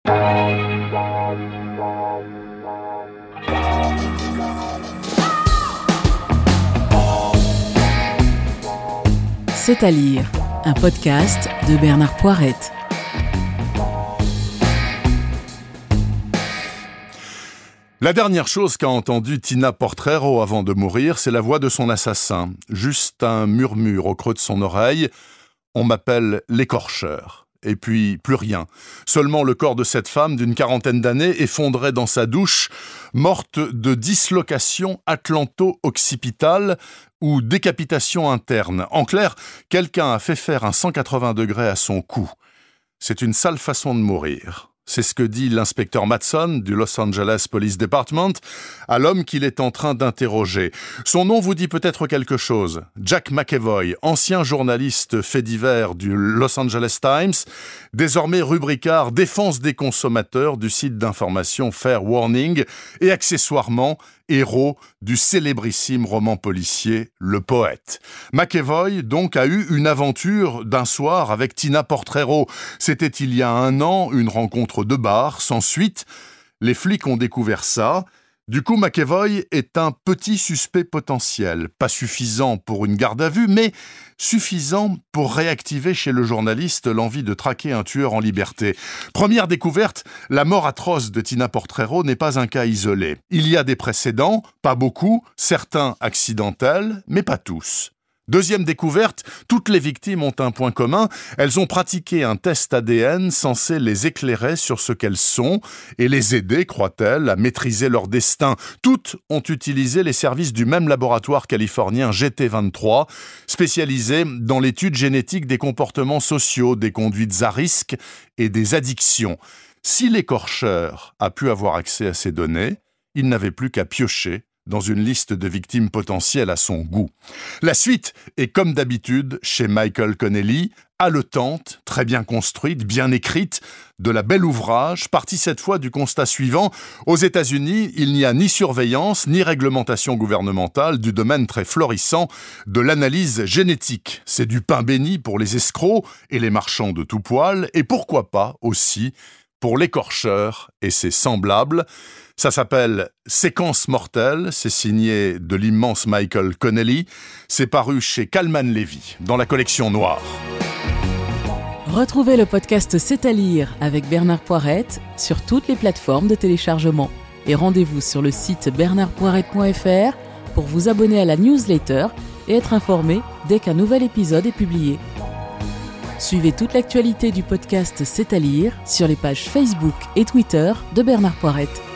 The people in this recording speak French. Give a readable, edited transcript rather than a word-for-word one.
C'est à lire, un podcast de Bernard Poirette. La dernière chose qu'a entendue Tina Portrero avant de mourir, c'est la voix de son assassin. Juste un murmure au creux de son oreille. On m'appelle l'écorcheur. Et puis, plus rien. Seulement le corps de cette femme d'une quarantaine d'années effondrée dans sa douche, morte de dislocation atlanto-occipitale ou décapitation interne. En clair, quelqu'un a fait faire un 180 degrés à son cou. C'est une sale façon de mourir. C'est ce que dit l'inspecteur Matson du Los Angeles Police Department à l'homme qu'il est en train d'interroger. Son nom vous dit peut-être quelque chose. Jack McEvoy, ancien journaliste fait divers du Los Angeles Times, désormais rubricard défense des consommateurs du site d'information Fair Warning et accessoirement héros du célébrissime roman policier Le Poète. McEvoy, donc, a eu une aventure d'un soir avec Tina Portrero. C'était il y a 1 an, une rencontre de bar, sans suite. Les flics ont découvert ça. Du coup, McEvoy est un petit suspect potentiel, pas suffisant pour une garde à vue, mais suffisant pour réactiver chez le journaliste l'envie de traquer un tueur en liberté. Première découverte, la mort atroce de Tina Portrero n'est pas un cas isolé. Il y a des précédents, pas beaucoup, certains accidentels, mais pas tous. Deuxième découverte, toutes les victimes ont un point commun, elles ont pratiqué un test ADN censé les éclairer sur ce qu'elles sont et les aider, croit-elle, à maîtriser leur destin. Toutes ont utilisé les services du même laboratoire californien GT23, spécialisé dans l'étude génétique des comportements sociaux, des conduites à risque et des addictions. Si l'écorcheur a pu avoir accès à ces données, il n'avait plus qu'à piocher dans une liste de victimes potentielles à son goût. La suite est comme d'habitude chez Michael Connelly, haletante, très bien construite, bien écrite, de la belle ouvrage, partie cette fois du constat suivant. Aux États-Unis, il n'y a ni surveillance, ni réglementation gouvernementale du domaine très florissant de l'analyse génétique. C'est du pain béni pour les escrocs et les marchands de tout poil, et pourquoi pas aussi pour l'écorcheur et ses semblables. Ça s'appelle « Séquence mortelle », c'est signé de l'immense Michael Connelly. C'est paru chez Kalman Levy, dans la collection Noire. Retrouvez le podcast C'est à lire avec Bernard Poirette sur toutes les plateformes de téléchargement. Et rendez-vous sur le site bernardpoirette.fr pour vous abonner à la newsletter et être informé dès qu'un nouvel épisode est publié. Suivez toute l'actualité du podcast C'est à lire sur les pages Facebook et Twitter de Bernard Poirette.